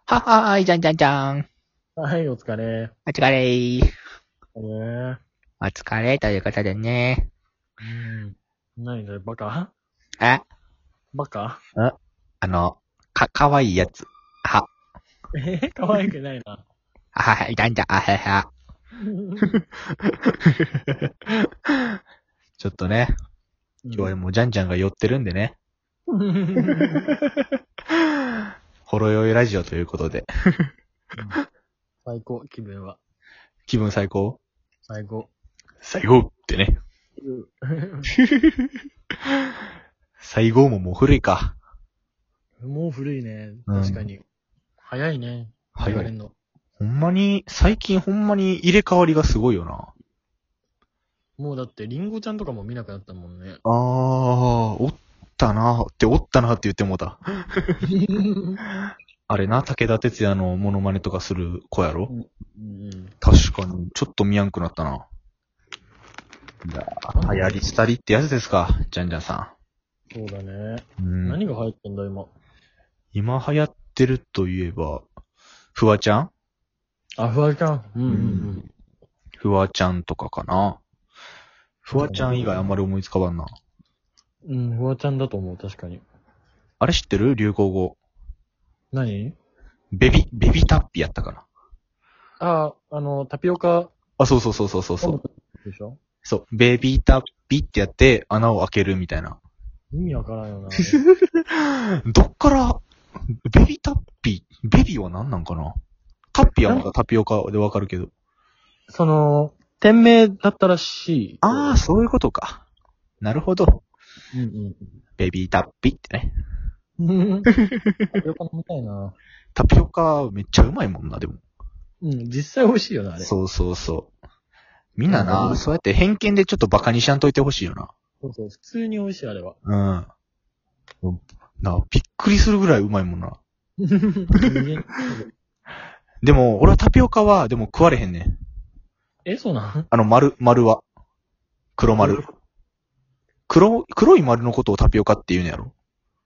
はーい、じゃんじゃんじゃん。 はい、お疲れ。 お疲れー。 えお疲れということでね。 何だよ、バカあ、 バカかわいいやつ。は、 可愛くないな。 はい、じゃんじゃん、はは。ちょっとね、今日はもうじゃんじゃんが寄ってるんでね。ほろ酔いラジオということで。 最高、気分は。 気分最高最高。 最高ってね。最高ももう古いか。 もう古いね。 うん確かに。早いね。 早い流れんの。 ほんまに、最近ほんまに入れ替わりがすごいよな。 もうだって、リンゴちゃんとかも見なくなったもんね。 おったなって言ってもうた。あれな、武田鉄矢のモノマネとかする子やろ、確かに、ちょっと見やんくなったな。いやー、流行り廃りってやつですか、じゃんじゃんさそうだね。 ん。うん。 何が流行ってんだ、今。 今流行ってるといえば、フワちゃんあ、フワちゃん。 フワちゃんとかかな。フワちゃん以外あんまり思いつかばんな。 フワちゃんだと思う、確かに。 あれ知ってる流行語。 何ベビタッピやったかな。 タピオカ。 あ、そう。そう。 でしょそう。ベビータッピってやって穴を開けるみたいな。 意味わからんよな。 どっから、ベビタッピ、ベビは何なんかな。タッピはまだタピオカでわかるけど。 店名だったらしい。 ああ、そういうことか。なるほど。 うんベビータッピってね。 タピオカ飲みたいな。 タピオカめっちゃうまいもんな、でも。 実際美味しいよな、あれ。 そう。みんなな、 うんそうやって偏見でちょっとバカにしゃんといてほしいよな。 そう、普通に美味しい、あれは。 びっくりするぐらいうまいもんな。でも、俺はタピオカは、でも食われへんねん。 そうなん丸は。黒丸。黒い丸のことをタピオカって言うのやろ。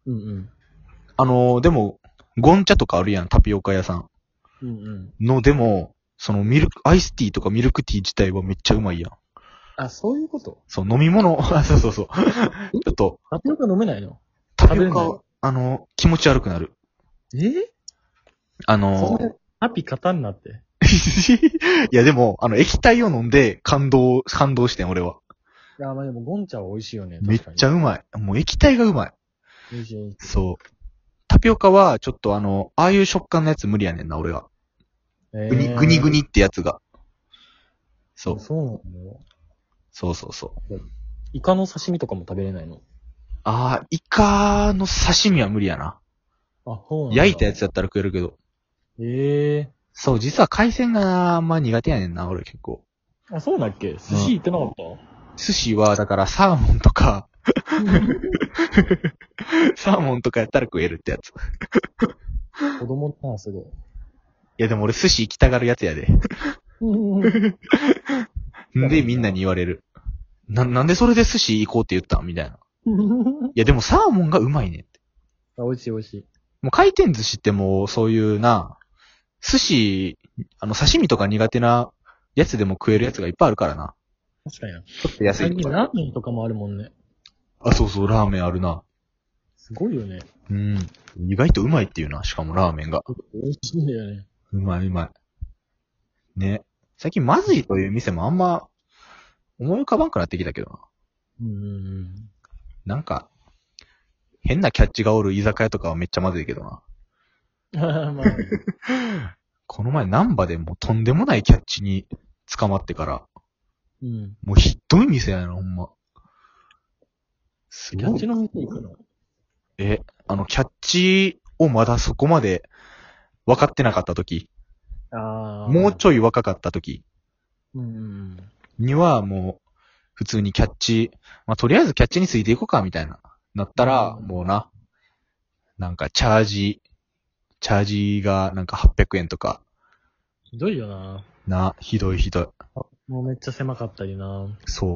でも、ゴンチャとかあるやん、タピオカ屋さん。でも、そのアイスティーとかミルクティー自体はめっちゃうまいやん。 あ、そういうこと？ そう、飲み物、そう。ちょっと、 タピオカ飲めないの？ タピオ食カ、気持ち悪くなる。 そんなハピ勝たんなって。 いやでも、液体を飲んで感動してん、俺は。 いや、まあでも、ゴンチャは美味しいよね。 めっちゃうまい。もう液体がうまい。 美味しい。 そう。タピオカは、ちょっとああいう食感のやつ無理やねんな、俺が。グニグニってやつが。そう。 そうなの？ そう。 イカの刺身とかも食べれないの？ イカの刺身は無理やな。 そうなんだ。 焼いたやつやったら食えるけど。そう、実は海鮮があんま苦手やねんな、俺結構。 そうだっけ？寿司行ってなかった？ 寿司は、だからサーモンとか、サーモンとかやったら食えるってやつ。 子供だな、すごい。 いやでも俺寿司行きたがるやつやで。で、みんなに言われる。なんでそれで寿司行こうって言ったんみたいな。いやでもサーモンがうまいねんって。 美味しい。 もう回転寿司ってもうそういうな、寿司、刺身とか苦手なやつでも食えるやつがいっぱいあるからな。 確かにな。 ちょっと安い。 最近ラーメンとかもあるもんね。 そう、ラーメンあるな。 すごいよね。 意外とうまいっていうな、しかもラーメンが。 美味しいんだよね。 うまい。ね。最近まずいという店もあんま思い浮かばんくなってきたけどな。なんか、変なキャッチがおる居酒屋とかはめっちゃまずいけどな。この前ナンバでもうとんでもないキャッチに捕まってから、もうひどい店やな、ほんま。 キャッチの店行くの？ キャッチをまだそこまで分かってなかった時、もうちょい若かった時にはもう普通にキャッチ、とりあえずキャッチについていこうかみたいなったら、もうなんかチャージがなんか800円とか。 ひどいよな。 ひどい。 もうめっちゃ狭かったりな。 そう。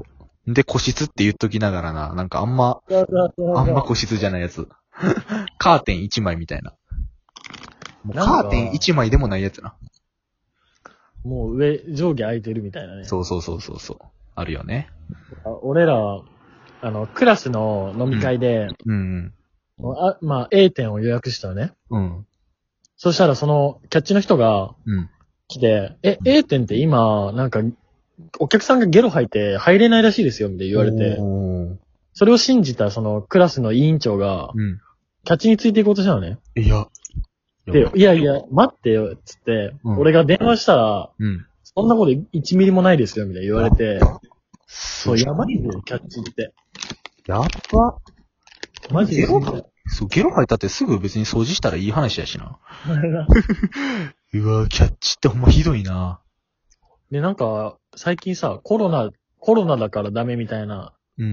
で、個室って言っときながらなんかあんま個室じゃないやつ。カーテン1枚みたいな。 もうカーテン1枚でもないやつな。 もう上下空いてるみたいなね。 そう。あるよね。 俺ら、クラスの飲み会で、まあ、A 店を予約したのね。そしたらその、キャッチの人が、来て、A 店って今、なんか、お客さんがゲロ吐いて入れないらしいですよ、みたいな言われて、それを信じたそのクラスの委員長が、キャッチについていこうとしたのね。 いや、 待ってよ、つって、俺が電話したら、そんなこと1ミリもないですよ、みたいな言われて、そう、やばいんだよ、キャッチって。 やっば。 マジで。 ゲロ吐いたってすぐ別に掃除したらいい話やしな。うわ、キャッチってほんまひどいな。 で、なんか、最近さ、コロナだからダメみたいな、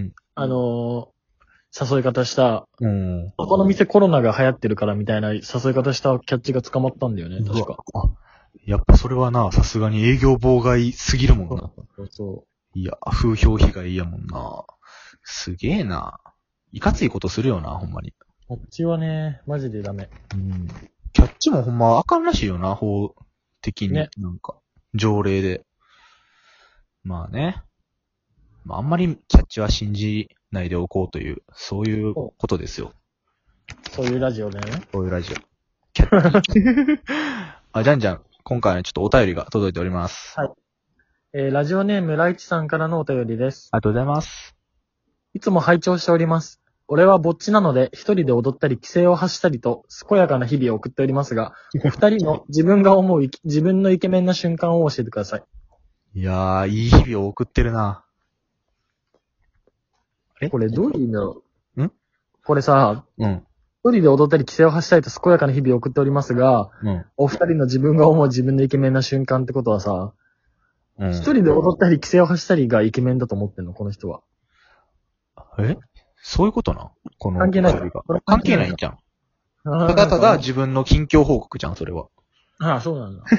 誘い方した、この店コロナが流行ってるからみたいな誘い方したキャッチが捕まったんだよね、確か。 やっぱそれはな、さすがに営業妨害すぎるもんな。 そう。 いや、風評被害やもんな。すげえな。いかついことするよな、ほんまに。 キャッチはね、マジでダメ。 キャッチもほんまあかんらしいよな、法的に。ね。なんか、条例で。まあね。まあ、あんまりキャッチは信じないでおこうという、そういうことですよ。 そういうラジオだよね。 そういうラジオ。キャッチ。じゃん。今回はちょっとお便りが届いております。 はい。ラジオネームライチさんからのお便りです。 ありがとうございます。 いつも拝聴しております。俺はぼっちなので、一人で踊ったり、規制を発したりと、健やかな日々を送っておりますが、お二人の自分が思う自分のイケメンな瞬間を教えてください。 いやー、いい日々を送ってるな。 これどういう意味だろう？これさ、一人で踊ったり、規制を発したりと、健やかな日々を送っておりますが、お二人の自分が思う自分のイケメンな瞬間ってことはさ、一人で踊ったり、規制を発したりがイケメンだと思ってんの、この人は。 そういうことなこの関係ない。 関係ないんじゃん。ただ自分の近況報告じゃん、それは。 ああ、そうなんだ。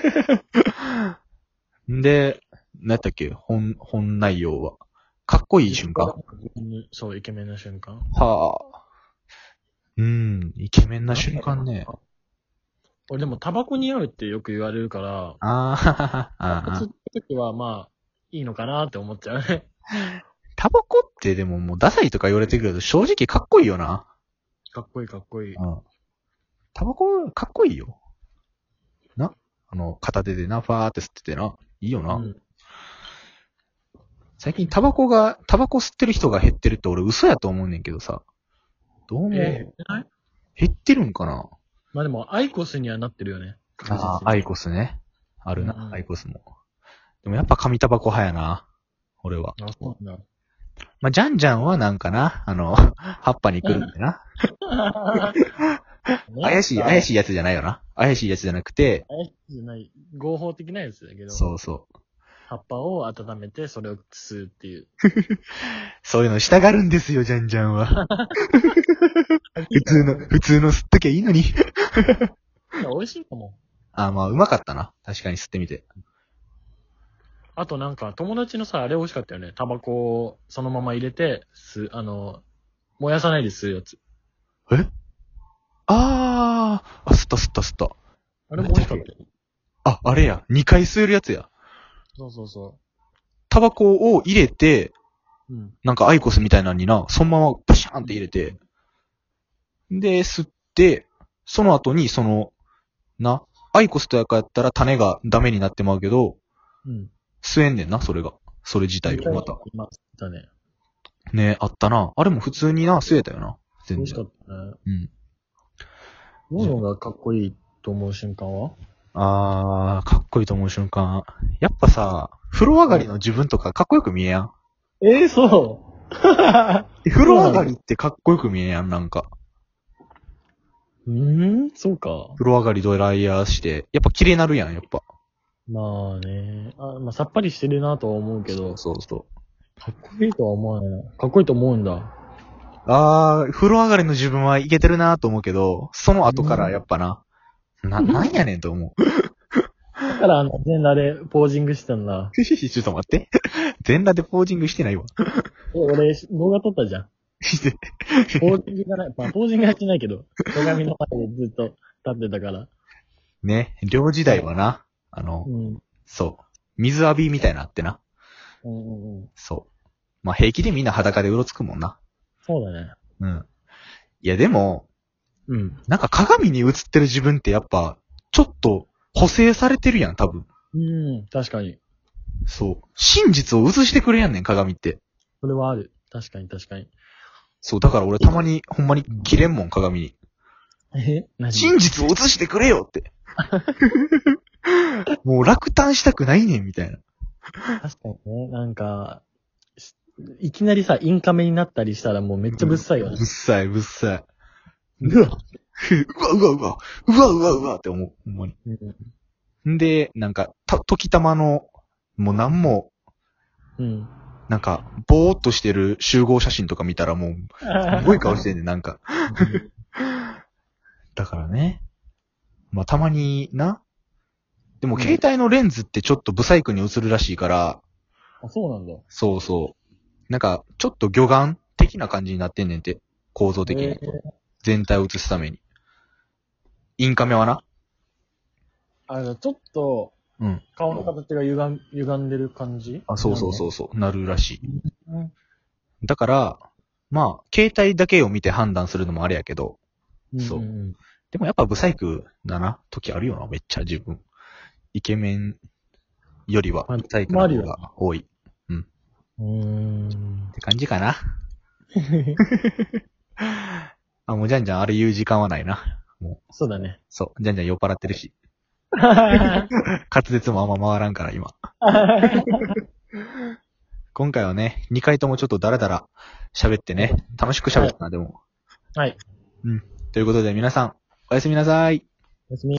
で、何やったっけ本内容は。かっこいい瞬間。 そう、イケメンな瞬間。 はあ。イケメンな瞬間ね。 俺でもタバコに合うってよく言われるから、 タバコ吸った時はまあ、いいのかなって思っちゃうね。 タバコってでももうダサいとか言われてくると正直かっこいいよな。 かっこいいかっこいい。 タバコかっこいいよ。片手でな、ファーって吸っててな。いいよな。最近タバコ吸ってる人が減ってるって俺嘘やと思うねんけどさ。どうも。減ってない？減ってるんかな？ まあでも、アイコスにはなってるよね。 アイコスね。あるな、アイコスも。でもやっぱ紙タバコ派やな。俺は。 そうなんだ。 まあ、ジャンジャンはなんかな、葉っぱに来るんだな。怪しいやつじゃないよな。怪しいやつじゃなくて。 怪しいじゃない。合法的なやつだけど。 そうそう。 葉っぱを温めて、それを吸うっていう。 そういうのしたがるんですよ、ジャンジャンは。普通の吸っときゃいいのに。 美味しいかも。 まあ、うまかったな。確かに吸ってみて。 あとなんか、友達のさ、あれ美味しかったよね。タバコをそのまま入れて、燃やさないで吸うやつ。 吸った。 あれも美味しかったよ。 あれや。2回吸えるやつや。 そう。 タバコを入れて、なんかアイコスみたいなのにな、そのままパシャーンって入れて、で、吸って、その後にアイコスとかやったら種がダメになってまうけど、吸えんねんな、それ自体をまた。ね、あったな。あれも普通にな、吸えたよな。 美味しかったね。モノがかっこいいと思う瞬間は？ かっこいいと思う瞬間。やっぱさ、風呂上がりの自分とかかっこよく見えやん。 そう風呂上がりってかっこよく見えやん、なんか。 そうか。 風呂上がりドライヤーして、やっぱ綺麗になるやん、やっぱ。 まあね。まあさっぱりしてるなとは思うけど。 そう。 かっこいいとは思わないな。かっこいいと思うんだ。 風呂上がりの自分はいけてるなと思うけど、その後からやっぱなんやねんと思う。 だから全裸でポージングしてたんだ。 ちょっと待って。全裸でポージングしてないわ。 俺、動画撮ったじゃん。ポージングじゃない。まあ、ポージングはしてないけど、鏡の前でずっと立ってたから。 ね、寮時代はな、そう、水浴びみたいなのあってな。そう。まあ平気でみんな裸でうろつくもんな。 そうだね。 うん。いやでも、なんか鏡に映ってる自分ってやっぱ、ちょっと補正されてるやん、多分。 確かに。 そう。真実を映してくれやんねん、鏡って。 それはある。確かに。 そう、だから俺たまに、ほんまに切れんもん、鏡に。 何真実を映してくれよって。もう落胆したくないねん、みたいな。 確かにね。なんか、いきなりさ、インカメになったりしたらもうめっちゃぶっさいよね。 ぶっさい。うわうわって思う。ほんまに。んで、なんか、時たまの、もうなんも、なんか、ぼーっとしてる集合写真とか見たらもう、すごい顔してんねん、なんか。だからね。まあ、たまにな。でも、携帯のレンズってちょっとブサイクに映るらしいから。 あ、そうなんだ。 そうそう。なんか、ちょっと魚眼的な感じになってんねんて。構造的に。全体を映すために。インカメはな。 ちょっと、顔の形が歪んでる感じあ、そう。なるらしい。だから、まあ、携帯だけを見て判断するのもあれやけど、そう。でもやっぱブサイクだな、時あるよな、めっちゃ自分。イケメンよりは、ブサイクの方が多い。って感じかな。あ、もうじゃんじゃんあれ言う時間はないな。もう。 そうだね。 そう。じゃんじゃん酔っ払ってるし。滑舌もあんま回らんから、今。今回はね、2回ともちょっとダラダラ喋ってね、楽しく喋ったな、でも。 はい。 ということで皆さん、おやすみなさい。 おやすみ。